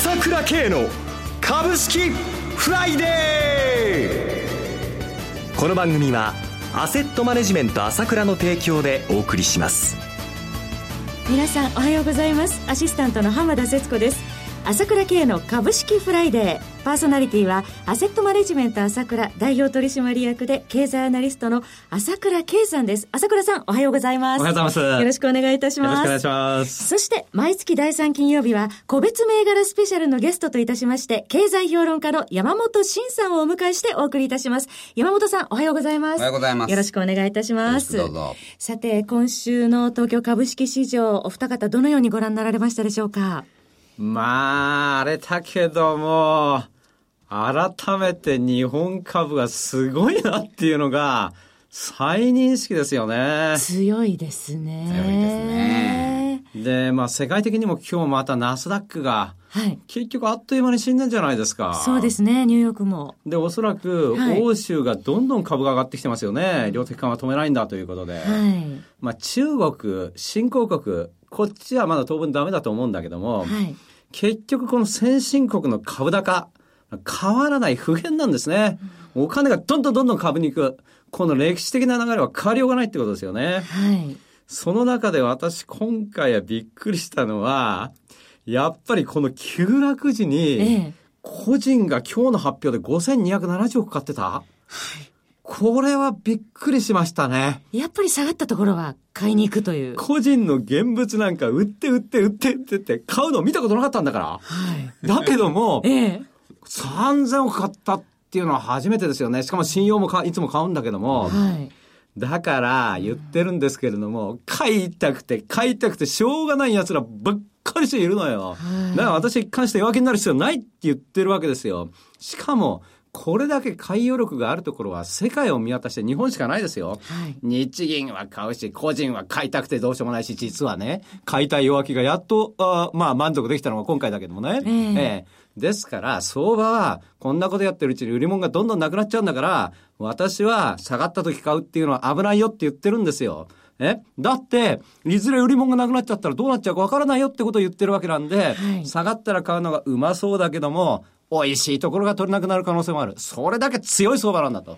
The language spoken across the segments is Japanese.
朝倉慶の株式フライデー。この番組はアセットマネジメント朝倉の提供でお送りします。 皆さんおはようございます。アシスタントの浜田節子です。朝倉慶の株式フライデー。パーソナリティはアセットマネジメント朝倉代表取締役で経済アナリストの朝倉慶さんです。朝倉さんおはようございます。 おはようございます。 よろしくお願いいたします。 よろしくお願いします。 そして毎月第3金曜日は個別銘柄スペシャルのゲストといたしまして経済評論家の山本慎さんをお迎えしてお送りいたします。山本さんおはようございます。 おはようございます。 よろしくお願いいたします。 どうぞ。 さて今週の東京株式市場お二方どのようにご覧になられましたでしょうか。 まああれだけども改めて日本株がすごいなっていうのが再認識ですよね。 強いですね。 強いですね。 で、まあ世界的にも今日またナスダックが、はい、結局あっという間に死んだんじゃないですか。 そうですね、ニューヨークも。 で、おそらく欧州がどんどん株が上がってきてますよね。量的緩和止めないんだということで。はい、まあ中国、新興国、こっちはまだ当分ダメだと思うんだけども、はい、結局この先進国の株高、変わらない不変なんですね。お金がどんどん株に行く。この歴史的な流れは変わりようがないってことですよね。はい。その中で私今回はびっくりしたのは、やっぱりこの急落時に、個人が今日の発表で5270億買ってた。はい。これはびっくりしましたね。 やっぱり下がったところは買いに行くという。 個人の現物なんか売って買うの見たことなかったんだから。はい。だけども、3000億買ったっていうのは初めてですよね。しかも信用もいつも買うんだけども。はい。だから言ってるんですけれども、買いたくてしょうがない奴らばっかりしているのよ。はい。だから私に関して弱気になる必要ないって言ってるわけですよ。しかも、これだけ買い余力があるところは世界を見渡して日本しかないですよ。はい、日銀は買うし、個人は買いたくてどうしようもないし、実はね、買いたい弱気がやっと、まあ満足できたのが今回だけどもね。ですから、相場はこんなことやってるうちに売り物がどんどんなくなっちゃうんだから、私は下がった時買うっていうのは危ないよって言ってるんですよ。だって、いずれ売り物がなくなっちゃったらどうなっちゃうかわからないよってことを言ってるわけなんで、はい、下がったら買うのがうまそうだけども、美味しいところが取れなくなる可能性もある。それだけ強い相場なんだと、はい、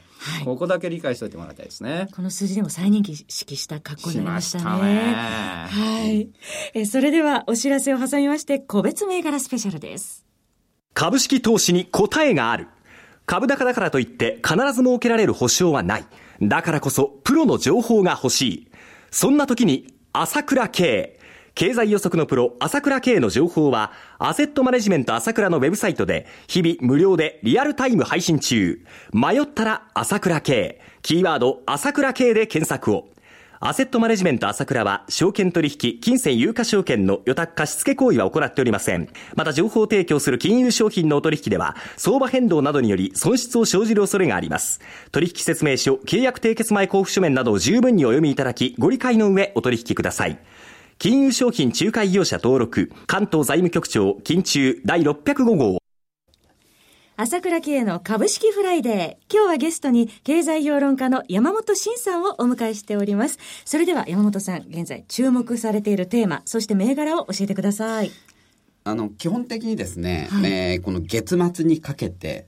ここだけ理解しておいてもらいたいですね。 この数字でも再認識した格好になりましたね。 しましたね。 はい。それではお知らせを挟みまして個別銘柄スペシャルです。 株式投資に答えがある。株高だからといって必ず設けられる保証はない。だからこそプロの情報が欲しい。そんな時に朝倉慶。経済予測のプロ朝倉慶の情報はアセットマネジメント朝倉のウェブサイトで日々無料でリアルタイム配信中。迷ったら朝倉慶、キーワード朝倉慶で検索を。アセットマネジメント朝倉は証券取引、金銭有価証券の予託貸付行為は行っておりません。また情報提供する金融商品のお取引では相場変動などにより損失を生じる恐れがあります。取引説明書、契約締結前交付書面などを十分にお読みいただきご理解の上お取引ください。金融商品仲介業者登録関東財務局長金中第605号。 朝倉慶の株式フライデー。今日はゲストに経済評論家の山本慎さんをお迎えしております。それでは山本さん、現在注目されているテーマ、そして銘柄を教えてください。 基本的にですね、はい、この月末にかけて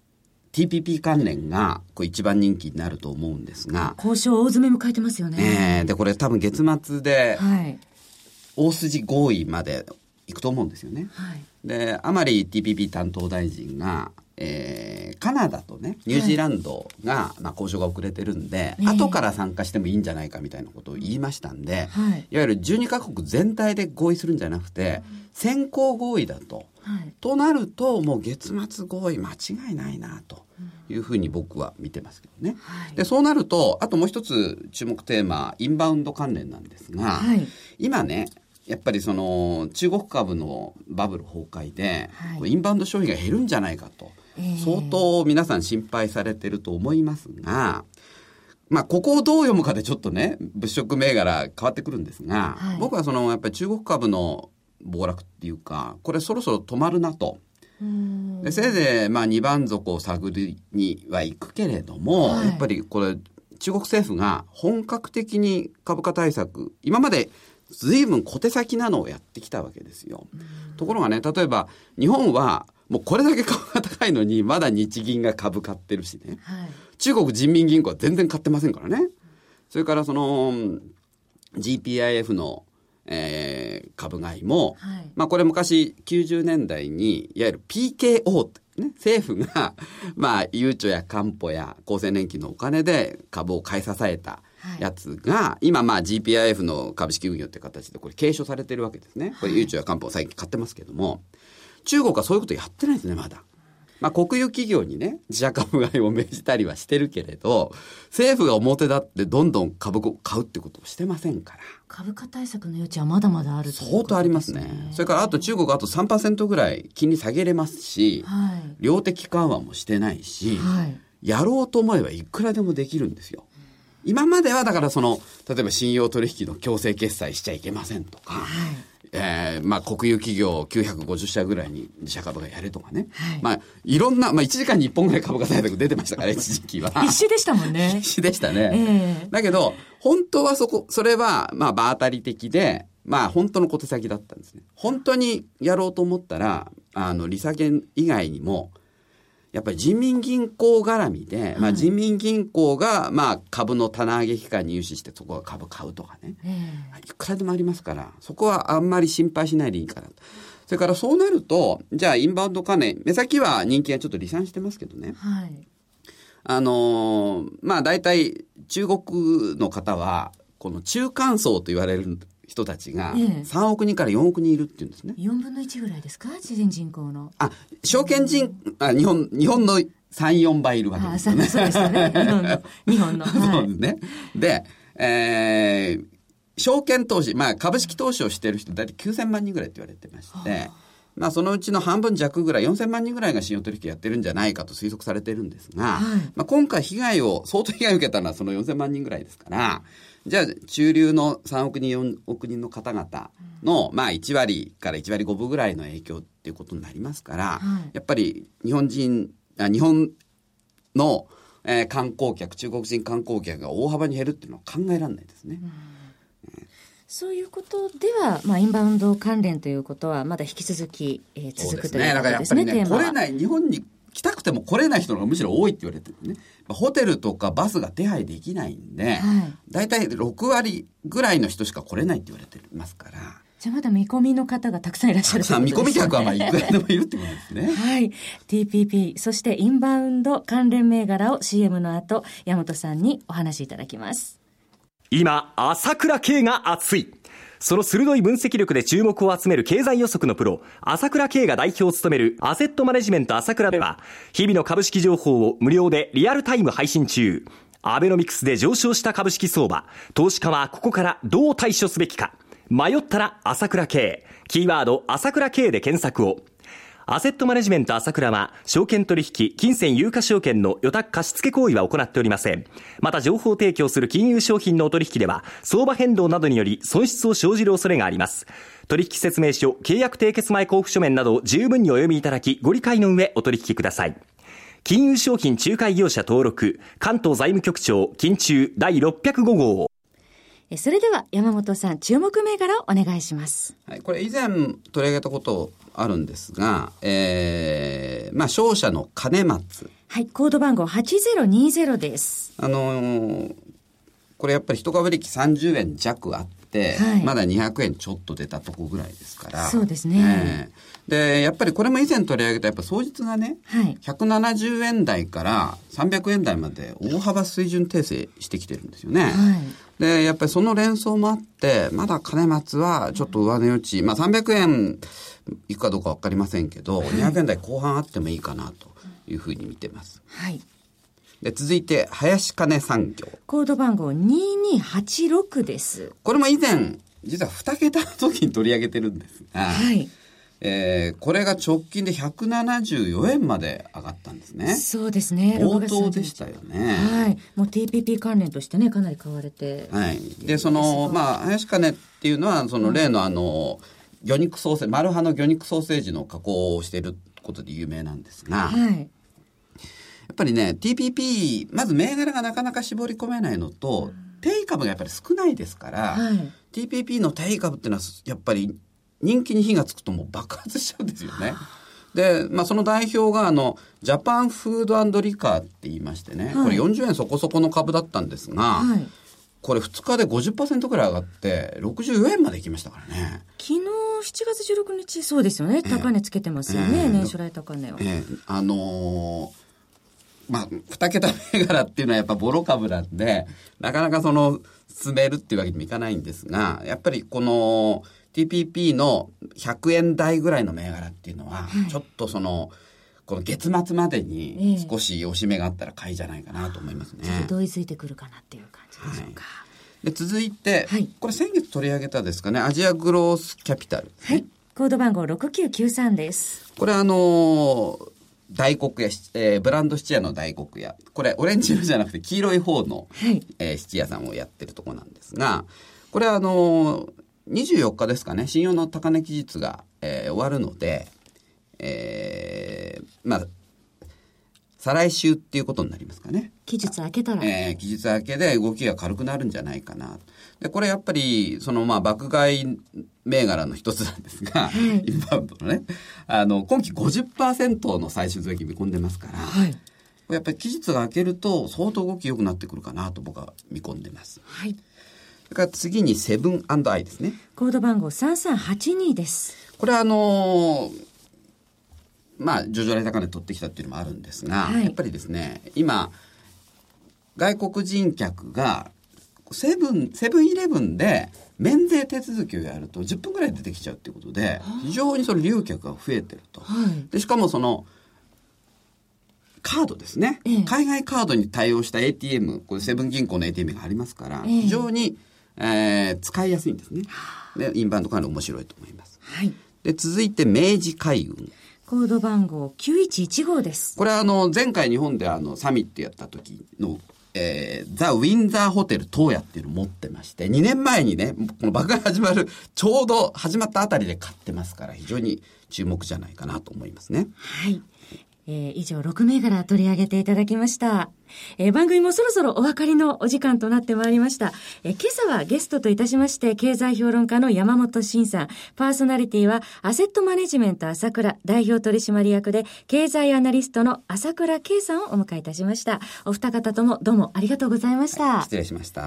TPP 関連が一番人気になると思うんですが、 交渉大詰め迎えてますよね。 でこれ多分月末で大筋合意までいくと思うんですよね。はい、で甘利 TPP 担当大臣が、カナダとねニュージーランドが、交渉が遅れてるんで、後から参加してもいいんじゃないかみたいなことを言いましたんで、いわゆる12カ国全体で合意するんじゃなくて、先行合意だと、となるともう月末合意間違いないなというふうに僕は見てますけどね。でそうなるとあともう一つ注目テーマインバウンド関連なんですが、今ねやっぱりその中国株のバブル崩壊で、インバウンド消費が減るんじゃないかと、相当皆さん心配されてると思いますが、ここをどう読むかでちょっとね物色銘柄変わってくるんですが、僕はやっぱり中国株の暴落っていうかこれそろそろ止まるなと。でせいぜい2番底を探りにはいくけれども、やっぱりこれ中国政府が本格的に株価対策今まで随分小手先なのをやってきたわけですよ。ところがね、例えば日本はもうこれだけ株が高いのにまだ日銀が株買ってるしね、はい、中国人民銀行は全然買ってませんからね。それからその GPIF の、株買いも、はい、まあこれ昔90年代にいわゆる PKO ってね、政府がまあゆうちょやかんぽや厚生年金のお金で株を買い支えたやつが、はい、今まあ GPIF の株式運用っていう形でこれ継承されてるわけですね。これゆうちょやかんぽを最近買ってますけども、中国はそういうことやってないですね、まだ。まあ国有企業にね、自社株買いを命じたりはしてるけれど、政府が表立ってどんどん株を買うってことをしてませんから。 株価対策の余地はまだまだあるということですね。 相当ありますね。それからあと中国はあと 3% ぐらい金利下げれますし、はい、量的緩和もしてないし、はい、やろうと思えばいくらでもできるんですよ。今まではだからその例えば信用取引の強制決済しちゃいけませんとか、はい、まあ国有企業950社ぐらいに自社株がやれとかね、はい、まあいろんな、まあ1時間に1本ぐらい株価対策出てましたから一時期は必死でしたもんね。 必死でしたね、だけど本当はそれはまあ場当たり的で、まあ本当の小手先だったんですね。本当にやろうと思ったら利下げ以外にもやっぱり人民銀行絡みで、まあ、人民銀行がまあ株の棚上げ期間に融資してそこが株買うとかね、いくらでもありますから、そこはあんまり心配しないでいいかなと。それからそうなると、じゃあインバウンド関連、目先は人気がちょっと離散してますけどね、はい、まあ大体中国の方はこの中間層と言われる人たちが3億人から4億人いるっていうんですね。 4分の1ぐらいですか、全人口の。 証券日本の3、4倍いるわけですよね。 そうですよね。日本の。 そうですね。で、証券投資、まあ株式投資をしている人大体9000万人ぐらいって言われてまして、まあそのうちの半分弱ぐらい、4000万人ぐらいが信用取引やってるんじゃないかと推測されてるんですが、まあ今回相当被害を受けたのはその4000万人ぐらいですから、じゃあ中流の3億人4億人の方々のまあ1割から1割5分ぐらいの影響っていうことになりますから、やっぱり日本の観光客、中国人観光客が大幅に減るっていうのは考えられないですね。 そういうことでは、まあ、インバウンド関連ということはまだ引き続き、続くということですね。 だからやっぱりね、来れない、日本に来たくても来れない人の方がむしろ多いって言われてるね。ホテルとかバスが手配できないんで、だいたい6割ぐらいの人しか来れないって言われてますから。 じゃあまだ見込みの方がたくさんいらっしゃるということですね。 見込み客はまあいくらでもいるってことですね。 はい。TPP、そしてインバウンド関連銘柄を CM の後、山本さんにお話しいただきます。 今、朝倉慶が熱い。その鋭い分析力で注目を集める経済予測のプロ、朝倉慶が代表を務めるアセットマネジメント朝倉では、日々の株式情報を無料でリアルタイム配信中。アベノミクスで上昇した株式相場、投資家はここからどう対処すべきか。迷ったら朝倉慶、キーワード朝倉慶で検索を。アセットマネジメント朝倉は、証券取引、金銭有価証券の予託貸付行為は行っておりません。また情報提供する金融商品のお取引では、相場変動などにより損失を生じる恐れがあります。取引説明書、契約締結前交付書面などを十分にお読みいただき、ご理解の上お取引ください。金融商品仲介業者登録、関東財務局長、金中第605号。 それでは山本さん、注目銘柄をお願いします。 はい、これ以前取り上げたことあるんですが、まあ商社の兼松。 はい、コード番号8020です。 これやっぱり一株利益30円弱あって、はい、まだ200円ちょっと出たとこぐらいですから。 そうですね。 で、やっぱりこれも以前取り上げたやっぱ双日がね、はい、170円台から300円台まで大幅水準訂正してきてるんですよね。はい、で、やっぱりその連想もあって、まだ兼松はちょっと上値余地、まあ300円いくかどうかわかりませんけど、はい、200円台後半あってもいいかなというふうに見てます。はい。で、続いて、林金産業。 コード番号2286です。 これも以前、実は2桁の時に取り上げてるんですが、はい。これが直近で174円まで上がったんですね。 そうですね。 冒頭でしたよね。 はい。もう TPP 関連としてね、かなり買われて。 はい。で、まあ、林金っていうのは、例の魚肉ソーセージ、マルハの魚肉ソーセージの加工をしていることで有名なんですが、はい。やっぱりね、TPP、まず銘柄がなかなか絞り込めないのと、定位株がやっぱり少ないですから、はい、 TPP の定位株っていうのはやっぱり人気に火がつくともう爆発しちゃうんですよね。で、その代表がジャパンフード&リカーって言いましてね、これ40円そこそこの株だったんですが、これ2日で 50% くらい上がって64円まで行きましたからね。 昨日7月16日そうですよね、高値つけてますよね、年初来高値を。 2桁銘柄っていうのはやっぱボロ株なんで、なかなか進めるっていうわけにもいかないんですが、やっぱりこの TPP の100円台ぐらいの銘柄っていうのは、ちょっとこの月末までに少し押し目があったら買いじゃないかなと思いますね。 ちょっと同意ついてくるかなっていう感じでしょうか。 で続いて、これ先月取り上げたですかね、アジアグロースキャピタルですね。 コード番号6993です。 これ大黒屋、ブランド質屋の大黒屋。これオレンジ色じゃなくて黄色い方の、質屋さんをやってるとこなんですが、これ24日ですかね、信用の高値期日が、終わるので、再来週っていうことになりますかね。 期日明けたら。 期日明けで動きが軽くなるんじゃないかな。で、これやっぱり、爆買い銘柄の一つなんですが、インバウンドのね、今期 50% の最終増益見込んでますから、やっぱり期日が明けると相当動き良くなってくるかなと僕は見込んでます。それから次にセブン&アイですね。 コード番号3382です。 これ徐々に高値取ってきたっていうのもあるんですが、やっぱりですね、今外国人客がセブンイレブンで免税手続きをやると10分ぐらい出てきちゃうっていうことで、非常に利用客が増えてると。でしかもカードですね、海外カードに対応した ATM、 これセブン銀行の ATM がありますから、非常に、使いやすいんですね。でインバウンドかなり面白いと思います。で続いて明治海運。 コード番号9115です。 これは前回日本でサミットやった時の、ザ・ウィンザーホテル東野っていうのを持ってまして、2年前にね、この爆買い始まるちょうど始まったあたりで買ってますから、非常に注目じゃないかなと思いますね。 以上6銘柄取り上げていただきました。番組もそろそろお別れのお時間となってまいりました。今朝はゲストといたしまして経済評論家の山本慎さん、パーソナリティはアセットマネジメント朝倉代表取締役で経済アナリストの朝倉圭さんをお迎えいたしました。お二方ともどうもありがとうございました。 失礼しました。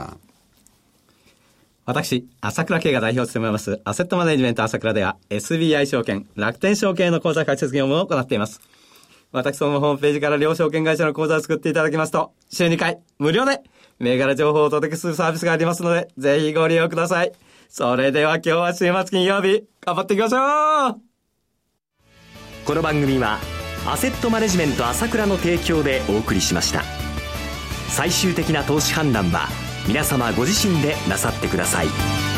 私、朝倉圭が代表を務めますアセットマネジメント朝倉では SBI 証券、楽天証券の口座開設業務を行っています。私どもホームページから両証券会社の口座を作っていただきますと、週2回無料で銘柄情報をお届けするサービスがありますので、ぜひご利用ください。それでは今日は週末金曜日、頑張っていきましょう。 この番組はアセットマネジメント朝倉の提供でお送りしました。最終的な投資判断は皆様ご自身でなさってください。